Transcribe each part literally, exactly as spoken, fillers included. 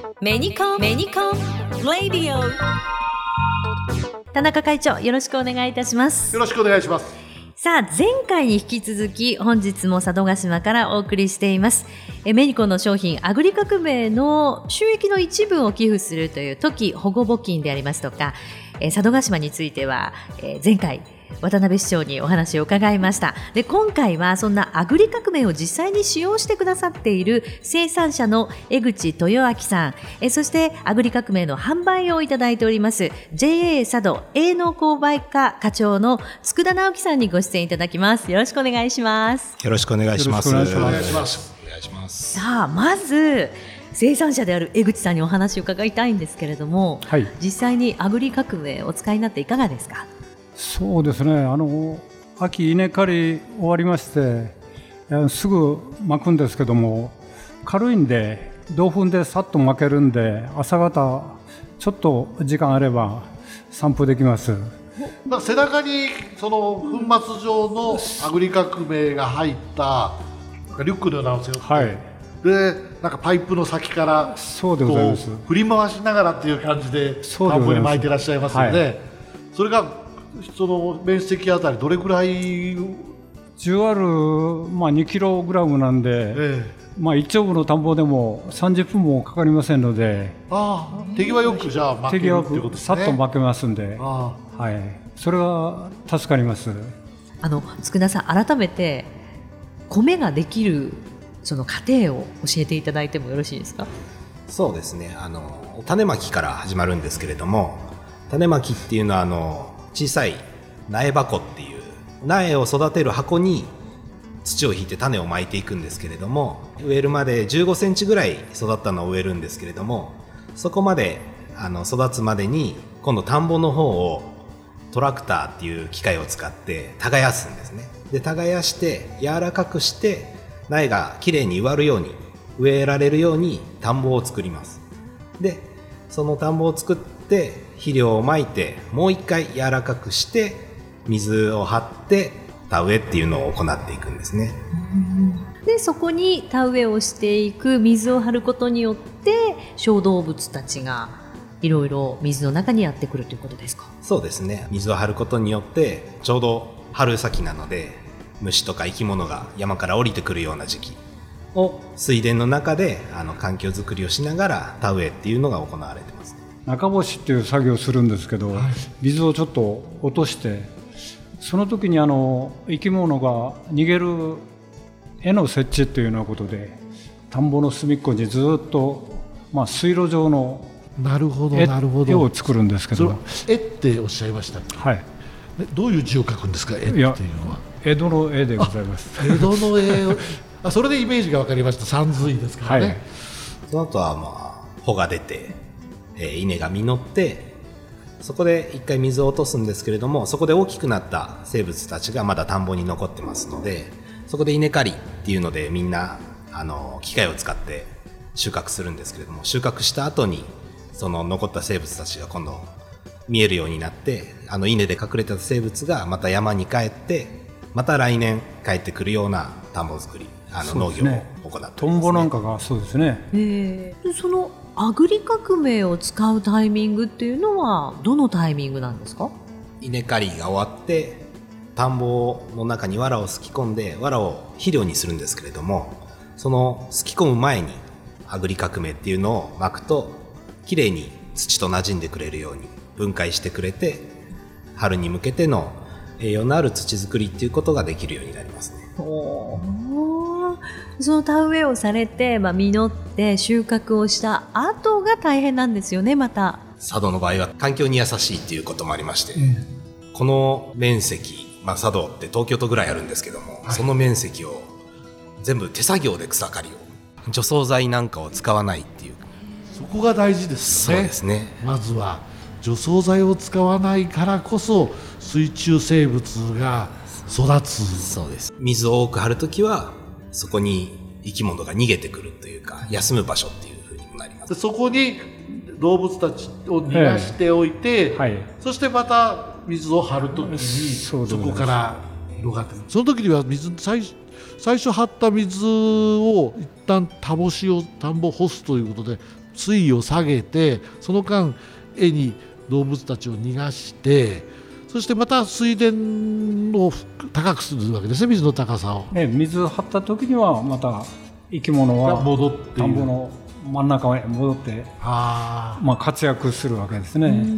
メニコンメニコンレディオ。田中会長、よろしくお願いいたします。 よろしくお願いします。 さあ、前回に引き続き本日も佐渡島からお送りしていますえメニコンの商品アグリ革命の収益の一部を寄付するというトキ保護募金でありますとか、え佐渡島についてはえ前回渡辺市長にお話を伺いました。で、今回はそんなアグリ革命を実際に使用してくださっている生産者の江口豊明さん、えそしてアグリ革命の販売をいただいております ジェイエー 佐渡営農購買課課長の佃直樹さんにご出演いただきます。よろしくお願いします。 よろしくお願いします。 よろしくお願いします。 お願いします。 さあ、まず生産者である江口さんにお話を伺いたいんですけれども、 はい、 実際にアグリ革命をお使いになっていかがですか？ そうですね、あの秋稲刈り終わりましてすぐ巻くんですけども、軽いんで同粉でさっと巻けるんで、朝方ちょっと時間あれば散歩できます。 なんか背中にその粉末状のアグリ革命が入ったリュックのようなのを背負って、 はい、 でなんかパイプの先からそうでございます。 振り回しながらっていう感じで田んぼに巻いてらっしゃいますよね。はい、それがその面積あたりどれぐらい？ じゅうアール、まあ、にキログラムなんで、ええ、まあ、一丁分の田んぼでもさんじゅっぷんもかかりませんので、 ああ、手際よくじゃあ巻けるっていうことですね。 さっと巻けますんで、ああ、はい、それは助かります。 あの佃さん、改めて米ができるその過程を教えていただいてもよろしいですか？ そうですね、あの種まきから始まるんですけれども、種まきっていうのはあの小さい苗箱っていう苗を育てる箱に土を引いて種をまいていくんですけれども、植えるまでじゅうごセンチぐらい育ったのを植えるんですけれども、そこまであの育つまでに今度田んぼの方をトラクターっていう機械を使って耕すんですね。で耕して柔らかくして苗がきれいに植わるように植えられるように田んぼを作ります。でその田んぼを作って肥料をまいて、もう一回柔らかくして水を張って田植えっていうのを行っていくんですね。 でそこに田植えをしていく、水を張ることによって小動物たちがいろいろ水の中にやってくるということですか？ そうですね、水を張ることによってちょうど春先なので虫とか生き物が山から降りてくるような時期を水田の中であの環境づくりをしながら田植えっていうのが行われています。 中干しっていう作業をするんですけど、はい、水をちょっと落として、その時にあの生き物が逃げる絵の設置っていうようなことで、田んぼの隅っこにずっと、まあ、水路状のなるほどなるほど絵を作るんですけど、 絵っておっしゃいましたっけ？はい、どういう字を書くんですか？絵っていうのは江戸の絵でございます。 江戸の絵をあ、それでイメージが分かりました。山水ですからね。はい、 その後はまあ穂が出て、えー、稲が実って、そこで一回水を落とすんですけれども、そこで大きくなった生物たちがまだ田んぼに残ってますので、そこで稲刈りっていうのでみんなあの機械を使って収穫するんですけれども、収穫した後にその残った生物たちが今度見えるようになって、あの稲で隠れた生物がまた山に帰って、また来年帰ってくるような田んぼ作り、あの農業を行ってますね。 トンボなんかがそうですね。 えー、そのアグリ革命を使うタイミングっていうのはどのタイミングなんですか？ 稲刈りが終わって田んぼの中に藁をすき込んで、藁を肥料にするんですけれども、そのすき込む前にアグリ革命っていうのをまくと、きれいに土と馴染んでくれるように分解してくれて、春に向けての栄養のある土作りっていうことができるようになりますね。 おー、その田植えをされて、まあ、実って収穫をした後が大変なんですよね。また佐渡の場合は環境に優しいっていうこともありまして、うん、この面積、まあ、佐渡って東京都ぐらいあるんですけども、はい、その面積を全部手作業で草刈りを、除草剤なんかを使わないっていう、 そこが大事ですよね。 そうですね。 まずは除草剤を使わないからこそ水中生物が育つ。 そうです。水を多く張るときはそこに生き物が逃げてくるというか、休む場所っていうふうにもなります。 でそこに動物たちを逃がしておいて、はい、そしてまた水を張るときに そ, そこから広がってくる。その時には水 最, 最初張った水を一旦田干しを田んぼを干すということで、 水位を下げて、その間絵に動物たちを逃がして、そしてまた水田を高くするわけですね、水の高さを。 え水を張った時にはまた生き物は戻って田んぼの真ん中へ戻ってあ、まあ、活躍するわけですね。 うん、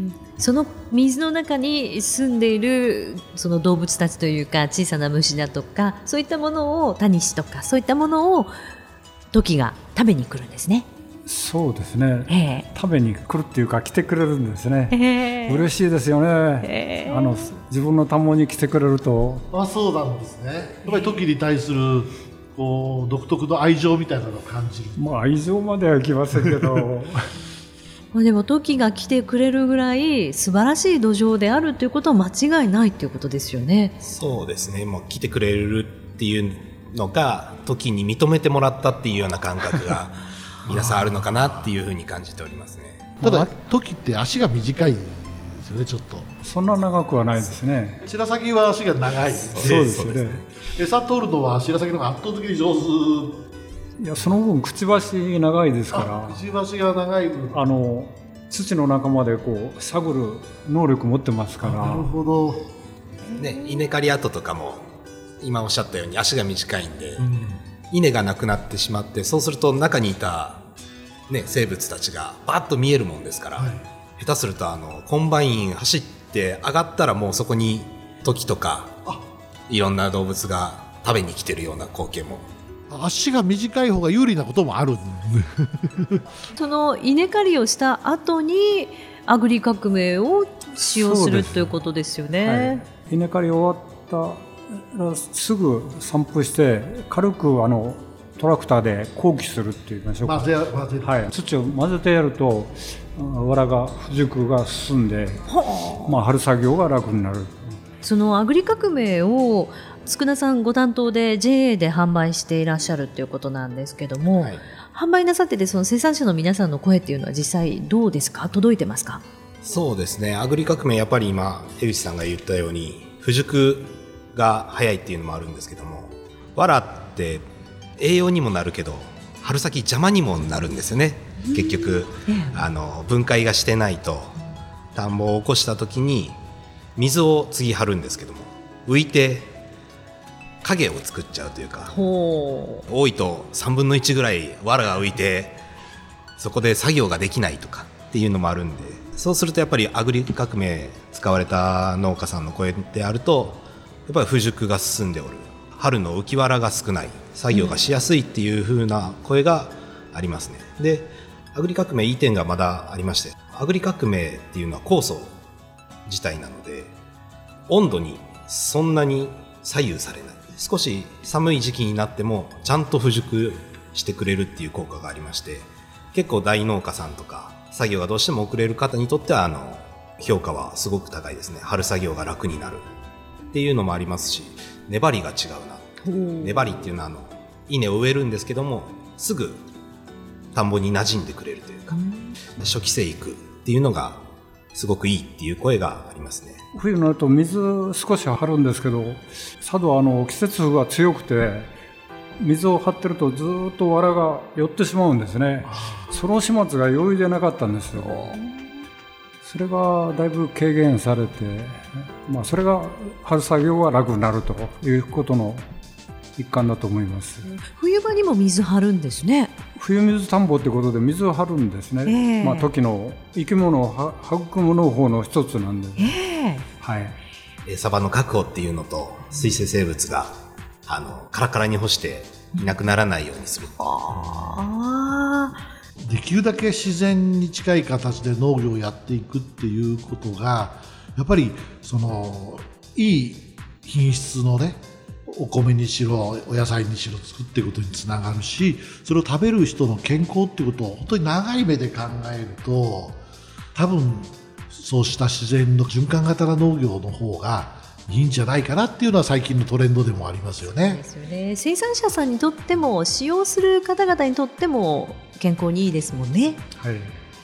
その水の中に住んでいるその動物たちというか、小さな虫だとかそういったものを、タニシとかそういったものをトキが食べに来るんですね。 そうですね、えー、食べに来るっていうか来てくれるんですね、えー、嬉しいですよね、えー、あの自分の田んぼに来てくれると。あ、 そうなんですね。やっぱりトキに対するこう独特の愛情みたいなのを感じる。 まあ愛情まではいきませんけどでもトキが来てくれるぐらい素晴らしい土壌であるということは間違いないということですよね。 そうですね、もう来てくれるっていうのがトキに認めてもらったっていうような感覚が皆さんあるのかなっていうふうに感じておりますね。 ただトキって足が短いですよね。ちょっとそんな長くはないですね。 白鷺は足が長い。 そうですよね。 餌取るのは白鷺の方が圧倒的に上手。 いや、その分くちばし長いですから。 くちばしが長い分、 あの土の中までこう探る能力持ってますから。 なるほど、 ね、稲刈り跡とかも今おっしゃったように足が短いんで、うん、稲がなくなってしまって、そうすると中にいた、ね、生物たちがバッと見えるもんですから、はい、下手するとあのコンバイン走って上がったらもうそこにトキとかいろんな動物が食べに来てるような光景も。 足が短い方が有利なこともあるその稲刈りをした後にアグリ革命を使用するということですよね、はい、 稲刈り終わったらすぐ散布して軽くあのトラクターで後期するっていいましょうか、 混ぜ混ぜる、 はい、土を混ぜてやると藁が不熟が進んで、まあ、春作業が楽になる。 そのアグリ革命を佃さんご担当で ジェーエー で販売していらっしゃるということなんですけども、はい、販売なさっててその生産者の皆さんの声っていうのは実際どうですか？届いてますか？ そうですね、アグリ革命やっぱり今江口さんが言ったように不熟が早いっていうのもあるんですけども、藁って栄養にもなるけど春先邪魔にもなるんですよね。結局、あの分解がしてないと田んぼを起こした時に水を次張るんですけども、浮いて影を作っちゃうというか、多いとさんぶんのいちぐらい藁が浮いてそこで作業ができないとかっていうのもあるんで、そうするとやっぱりアグリ革命使われた農家さんの声であると、やっぱり不熟が進んでおる、春の浮き藁が少ない、作業がしやすいっていう風な声がありますね。で、アグリ革命いい点がまだありまして、アグリ革命っていうのは酵素自体なので温度にそんなに左右されない、少し寒い時期になってもちゃんと不熟してくれるっていう効果がありまして、結構大農家さんとか作業がどうしても遅れる方にとってはあの評価はすごく高いですね。春作業が楽になるっていうのもありますし、粘りが違うな。粘りっていうのはあの稲を植えるんですけどもすぐ田んぼに馴染んでくれるというか、初期生育っていうのがすごくいいっていう声がありますね。 冬になると水少し張るんですけど、佐渡はあの季節風が強くて水を張ってるとずっと藁が寄ってしまうんですね。その始末が容易でなかったんですよ。それがだいぶ軽減されて、まあ、それが春作業が楽になるということの一環だと思います。 冬場にも水張るんですね。 冬水田んぼということで水を張るんですね、えーまあ、時の生き物を育む農法の一つなんで、えーはい、 サバの確保っていうのと水生生物があのカラカラに干していなくならないようにする。 あできるだけ自然に近い形で農業をやっていくっていうことがやっぱりそのいい品質のねお米にしろお野菜にしろ作っていくことにつながるし、それを食べる人の健康っていうことを本当に長い目で考えると、多分そうした自然の循環型な農業の方がいいんじゃないかなっていうのは最近のトレンドでもありますよね。 ですよね。生産者さんにとっても使用する方々にとっても健康にいいですもんね。 はい、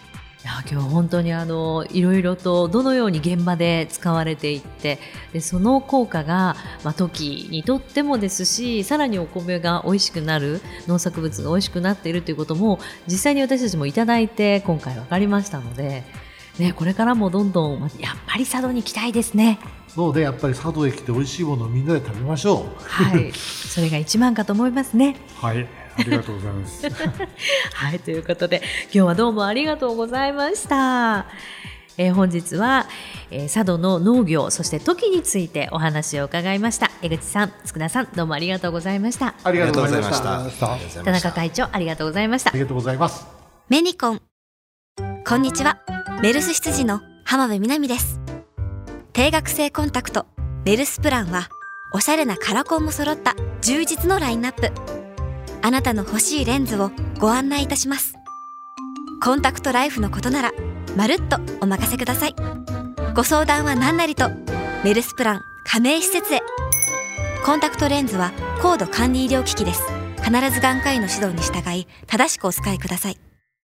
いや今日本当にあのいろいろとどのように現場で使われていってでその効果が、まあ、トキにとってもですしさらにお米が美味しくなる農作物が美味しくなっているということも実際に私たちもいただいて今回分かりましたので、ね、これからもどんどんやっぱり佐渡に来たいですね。 そうでやっぱり佐渡へ来て美味しいものをみんなで食べましょう。 はいそれが一番かと思いますね。 はいありがとうございますはいということで今日はどうもありがとうございました。えー、本日は、えー、佐渡の農業そしてトキについてお話を伺いました。江口さん、佃さんどうもありがとうございました。 ありがとうございましありがとうございまた。 した田中会長ありがとうございました。 ありがとうございます。 メニコンこんにちは。メルス羊の浜辺美波です。定額制コンタクトメルスプランはおしゃれなカラコンも揃った充実のラインナップ。あなたの欲しいレンズをご案内いたします。コンタクトライフのことならまるっとお任せください。ご相談は何なりとメルスプラン加盟施設へ。コンタクトレンズは高度管理医療機器です。必ず眼科医の指導に従い正しくお使いください。